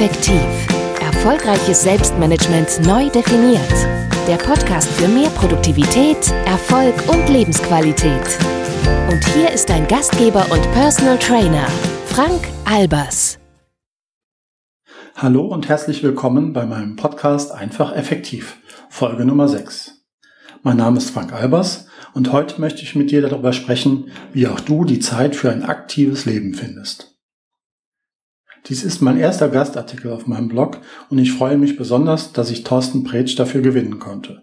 Effektiv. Erfolgreiches Selbstmanagement neu definiert. Der Podcast für mehr Produktivität, Erfolg und Lebensqualität. Und hier ist dein Gastgeber und Personal Trainer, Frank Albers. Hallo und herzlich willkommen bei meinem Podcast Einfach Effektiv, Folge Nummer 6. Mein Name ist Frank Albers und heute möchte ich mit dir darüber sprechen, wie auch du die Zeit für ein aktives Leben findest. Dies ist mein erster Gastartikel auf meinem Blog und ich freue mich besonders, dass ich Thorsten Pretsch dafür gewinnen konnte.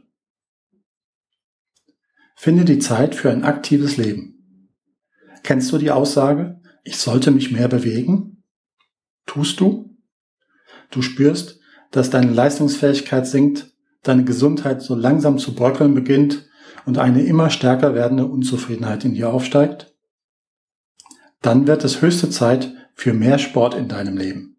Finde die Zeit für ein aktives Leben. Kennst du die Aussage, ich sollte mich mehr bewegen? Tust du? Du spürst, dass deine Leistungsfähigkeit sinkt, deine Gesundheit so langsam zu bröckeln beginnt und eine immer stärker werdende Unzufriedenheit in dir aufsteigt? Dann wird es höchste Zeit für mehr Sport in deinem Leben.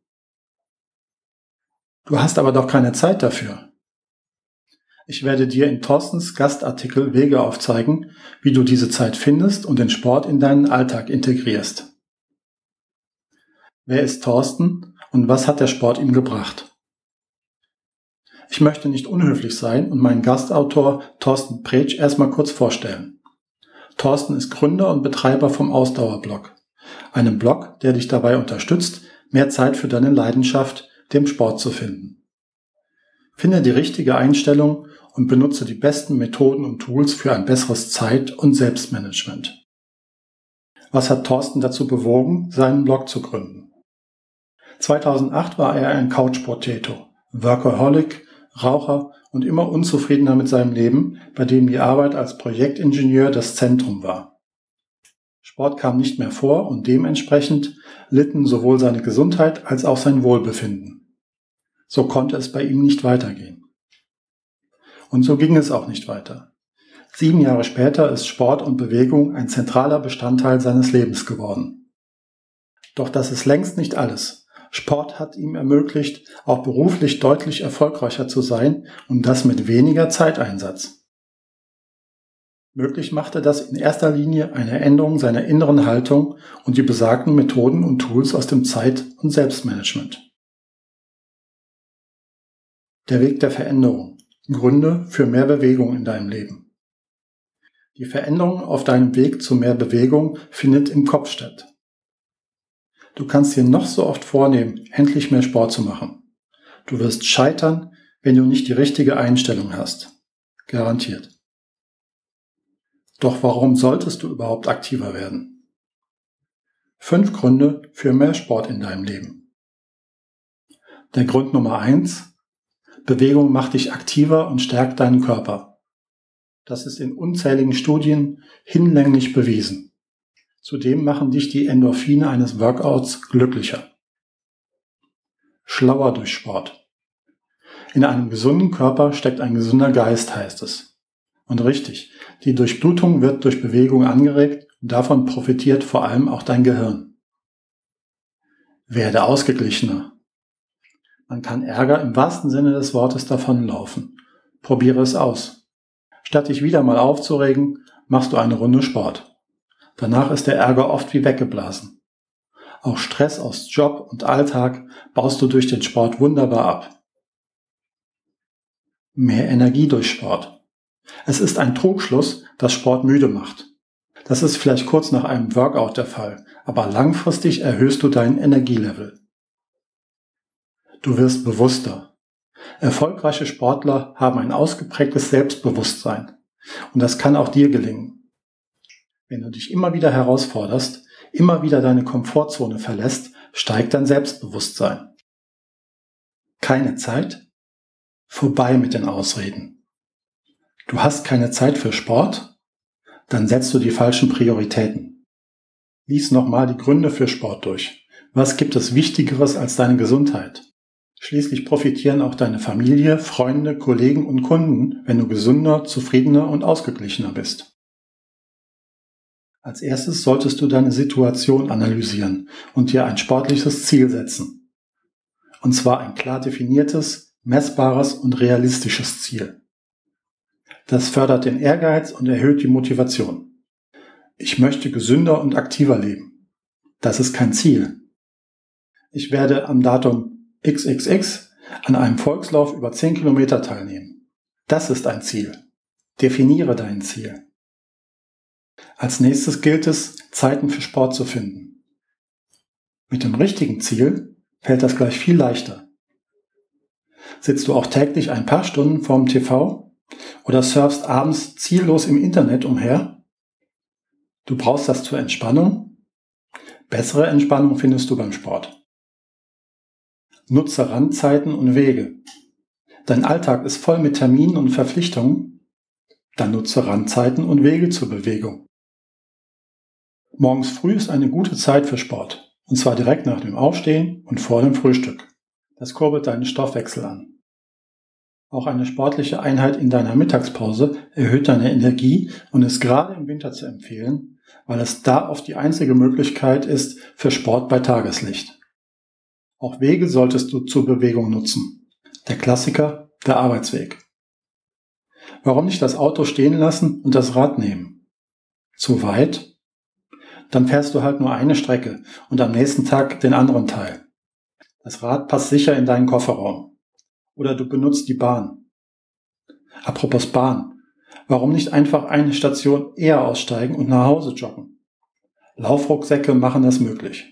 Du hast aber doch keine Zeit dafür. Ich werde dir in Thorstens Gastartikel Wege aufzeigen, wie du diese Zeit findest und den Sport in deinen Alltag integrierst. Wer ist Thorsten und was hat der Sport ihm gebracht? Ich möchte nicht unhöflich sein und meinen Gastautor Thorsten Pretsch erstmal kurz vorstellen. Thorsten ist Gründer und Betreiber vom Ausdauerblog, einem Blog, der dich dabei unterstützt, mehr Zeit für deine Leidenschaft, dem Sport zu finden. Finde die richtige Einstellung und benutze die besten Methoden und Tools für ein besseres Zeit- und Selbstmanagement. Was hat Thorsten dazu bewogen, seinen Blog zu gründen? 2008 war er ein Couch-Potato, Workaholic, Raucher und immer unzufriedener mit seinem Leben, bei dem die Arbeit als Projektingenieur das Zentrum war. Sport kam nicht mehr vor und dementsprechend litten sowohl seine Gesundheit als auch sein Wohlbefinden. So konnte es bei ihm nicht weitergehen. Und so ging es auch nicht weiter. 7 Jahre später ist Sport und Bewegung ein zentraler Bestandteil seines Lebens geworden. Doch das ist längst nicht alles. Sport hat ihm ermöglicht, auch beruflich deutlich erfolgreicher zu sein und das mit weniger Zeiteinsatz. Möglich machte das in erster Linie eine Änderung seiner inneren Haltung und die besagten Methoden und Tools aus dem Zeit- und Selbstmanagement. Der Weg der Veränderung. Gründe für mehr Bewegung in deinem Leben. Die Veränderung auf deinem Weg zu mehr Bewegung findet im Kopf statt. Du kannst dir noch so oft vornehmen, endlich mehr Sport zu machen. Du wirst scheitern, wenn du nicht die richtige Einstellung hast. Garantiert. Doch warum solltest du überhaupt aktiver werden? 5 Gründe für mehr Sport in deinem Leben. Der Grund Nummer 1. Bewegung macht dich aktiver und stärkt deinen Körper. Das ist in unzähligen Studien hinlänglich bewiesen. Zudem machen dich die Endorphine eines Workouts glücklicher. Schlauer durch Sport. In einem gesunden Körper steckt ein gesunder Geist, heißt es. Und richtig, die Durchblutung wird durch Bewegung angeregt und davon profitiert vor allem auch dein Gehirn. Werde ausgeglichener. Man kann Ärger im wahrsten Sinne des Wortes davonlaufen. Probiere es aus. Statt dich wieder mal aufzuregen, machst du eine Runde Sport. Danach ist der Ärger oft wie weggeblasen. Auch Stress aus Job und Alltag baust du durch den Sport wunderbar ab. Mehr Energie durch Sport. Es ist ein Trugschluss, dass Sport müde macht. Das ist vielleicht kurz nach einem Workout der Fall, aber langfristig erhöhst du dein Energielevel. Du wirst bewusster. Erfolgreiche Sportler haben ein ausgeprägtes Selbstbewusstsein und das kann auch dir gelingen. Wenn du dich immer wieder herausforderst, immer wieder deine Komfortzone verlässt, steigt dein Selbstbewusstsein. Keine Zeit? Vorbei mit den Ausreden. Du hast keine Zeit für Sport? Dann setzt du die falschen Prioritäten. Lies nochmal die Gründe für Sport durch. Was gibt es Wichtigeres als deine Gesundheit? Schließlich profitieren auch deine Familie, Freunde, Kollegen und Kunden, wenn du gesünder, zufriedener und ausgeglichener bist. Als erstes solltest du deine Situation analysieren und dir ein sportliches Ziel setzen. Und zwar ein klar definiertes, messbares und realistisches Ziel. Das fördert den Ehrgeiz und erhöht die Motivation. Ich möchte gesünder und aktiver leben. Das ist kein Ziel. Ich werde am Datum XXX an einem Volkslauf über 10 Kilometer teilnehmen. Das ist ein Ziel. Definiere dein Ziel. Als nächstes gilt es, Zeiten für Sport zu finden. Mit dem richtigen Ziel fällt das gleich viel leichter. Sitzt du auch täglich ein paar Stunden vorm TV oder surfst abends ziellos im Internet umher? Du brauchst das zur Entspannung? Bessere Entspannung findest du beim Sport. Nutze Randzeiten und Wege. Dein Alltag ist voll mit Terminen und Verpflichtungen? Dann nutze Randzeiten und Wege zur Bewegung. Morgens früh ist eine gute Zeit für Sport, und zwar direkt nach dem Aufstehen und vor dem Frühstück. Das kurbelt deinen Stoffwechsel an. Auch eine sportliche Einheit in deiner Mittagspause erhöht deine Energie und ist gerade im Winter zu empfehlen, weil es da oft die einzige Möglichkeit ist für Sport bei Tageslicht. Auch Wege solltest du zur Bewegung nutzen. Der Klassiker, der Arbeitsweg. Warum nicht das Auto stehen lassen und das Rad nehmen? Zu weit? Dann fährst du halt nur eine Strecke und am nächsten Tag den anderen Teil. Das Rad passt sicher in deinen Kofferraum. Oder du benutzt die Bahn. Apropos Bahn. Warum nicht einfach eine Station eher aussteigen und nach Hause joggen? Laufrucksäcke machen das möglich.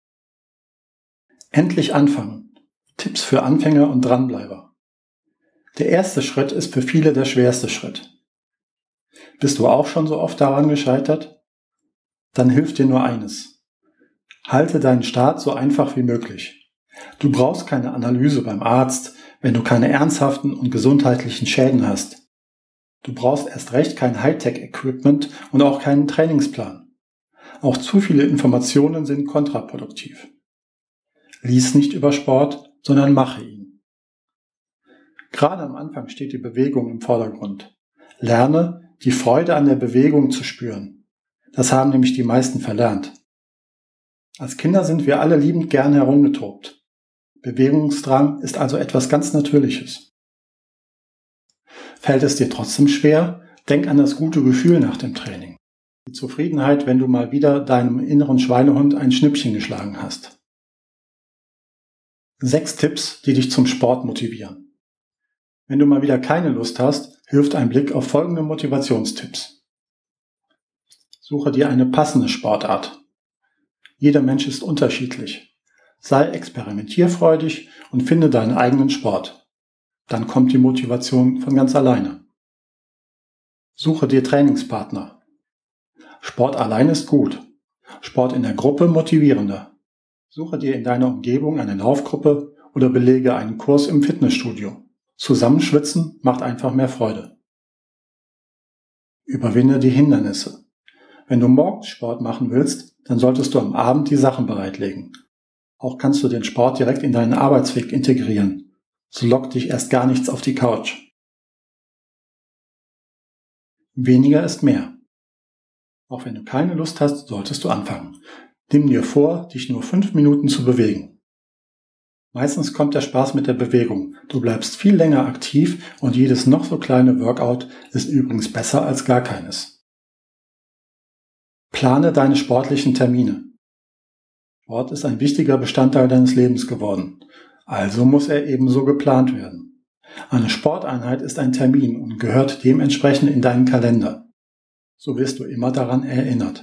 Endlich anfangen. Tipps für Anfänger und Dranbleiber. Der erste Schritt ist für viele der schwerste Schritt. Bist du auch schon so oft daran gescheitert? Dann hilft dir nur eines. Halte deinen Start so einfach wie möglich. Du brauchst keine Analyse beim Arzt, wenn du keine ernsthaften und gesundheitlichen Schäden hast. Du brauchst erst recht kein Hightech-Equipment und auch keinen Trainingsplan. Auch zu viele Informationen sind kontraproduktiv. Lies nicht über Sport, sondern mache ihn. Gerade am Anfang steht die Bewegung im Vordergrund. Lerne, die Freude an der Bewegung zu spüren. Das haben nämlich die meisten verlernt. Als Kinder sind wir alle liebend gern herumgetobt. Bewegungsdrang ist also etwas ganz Natürliches. Fällt es dir trotzdem schwer, denk an das gute Gefühl nach dem Training. Die Zufriedenheit, wenn du mal wieder deinem inneren Schweinehund ein Schnippchen geschlagen hast. 6 Tipps, die dich zum Sport motivieren. Wenn du mal wieder keine Lust hast, hilft ein Blick auf folgende Motivationstipps. Suche dir eine passende Sportart. Jeder Mensch ist unterschiedlich. Sei experimentierfreudig und finde deinen eigenen Sport. Dann kommt die Motivation von ganz alleine. Suche dir Trainingspartner. Sport allein ist gut. Sport in der Gruppe motivierender. Suche dir in deiner Umgebung eine Laufgruppe oder belege einen Kurs im Fitnessstudio. Zusammenschwitzen macht einfach mehr Freude. Überwinde die Hindernisse. Wenn du morgens Sport machen willst, dann solltest du am Abend die Sachen bereitlegen. Auch kannst du den Sport direkt in deinen Arbeitsweg integrieren. So lockt dich erst gar nichts auf die Couch. Weniger ist mehr. Auch wenn du keine Lust hast, solltest du anfangen. Nimm dir vor, dich nur 5 Minuten zu bewegen. Meistens kommt der Spaß mit der Bewegung. Du bleibst viel länger aktiv und jedes noch so kleine Workout ist übrigens besser als gar keines. Plane deine sportlichen Termine. Sport ist ein wichtiger Bestandteil deines Lebens geworden. Also muss er ebenso geplant werden. Eine Sporteinheit ist ein Termin und gehört dementsprechend in deinen Kalender. So wirst du immer daran erinnert.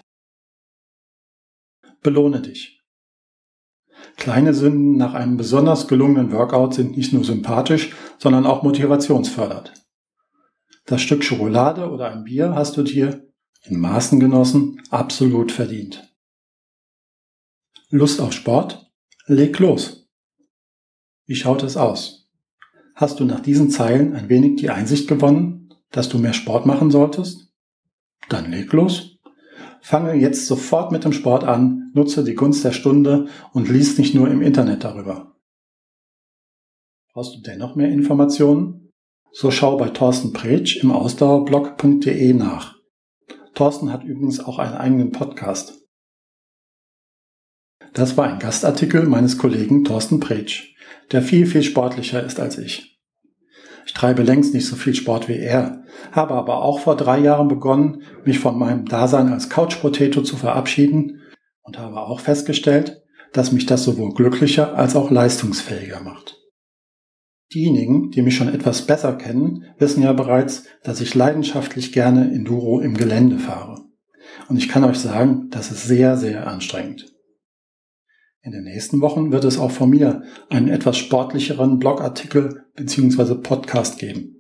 Belohne dich. Kleine Sünden nach einem besonders gelungenen Workout sind nicht nur sympathisch, sondern auch motivationsfördernd. Das Stück Schokolade oder ein Bier hast du dir, in Maßen genossen, absolut verdient. Lust auf Sport? Leg los. Wie schaut es aus? Hast du nach diesen Zeilen ein wenig die Einsicht gewonnen, dass du mehr Sport machen solltest? Dann leg los. Fange jetzt sofort mit dem Sport an, nutze die Gunst der Stunde und lies nicht nur im Internet darüber. Brauchst du dennoch mehr Informationen? So schau bei Thorsten Pretsch im ausdauerblog.de nach. Thorsten hat übrigens auch einen eigenen Podcast. Das war ein Gastartikel meines Kollegen Thorsten Pretsch, der viel, viel sportlicher ist als ich. Ich treibe längst nicht so viel Sport wie er, habe aber auch vor 3 Jahren begonnen, mich von meinem Dasein als Couch Potato zu verabschieden und habe auch festgestellt, dass mich das sowohl glücklicher als auch leistungsfähiger macht. Diejenigen, die mich schon etwas besser kennen, wissen ja bereits, dass ich leidenschaftlich gerne Enduro im Gelände fahre. Und ich kann euch sagen, das ist sehr, sehr anstrengend. In den nächsten Wochen wird es auch von mir einen etwas sportlicheren Blogartikel bzw. Podcast geben.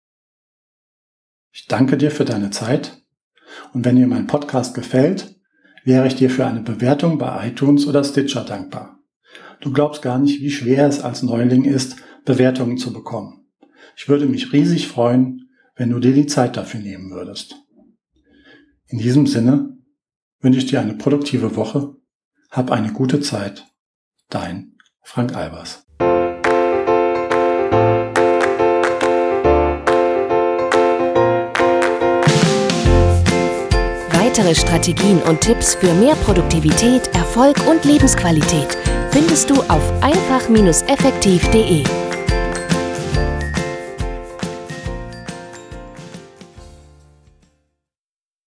Ich danke dir für deine Zeit und wenn dir mein Podcast gefällt, wäre ich dir für eine Bewertung bei iTunes oder Stitcher dankbar. Du glaubst gar nicht, wie schwer es als Neuling ist, Bewertungen zu bekommen. Ich würde mich riesig freuen, wenn du dir die Zeit dafür nehmen würdest. In diesem Sinne wünsche ich dir eine produktive Woche. Hab eine gute Zeit. Dein Frank Albers. Weitere Strategien und Tipps für mehr Produktivität, Erfolg und Lebensqualität findest du auf einfach-effektiv.de.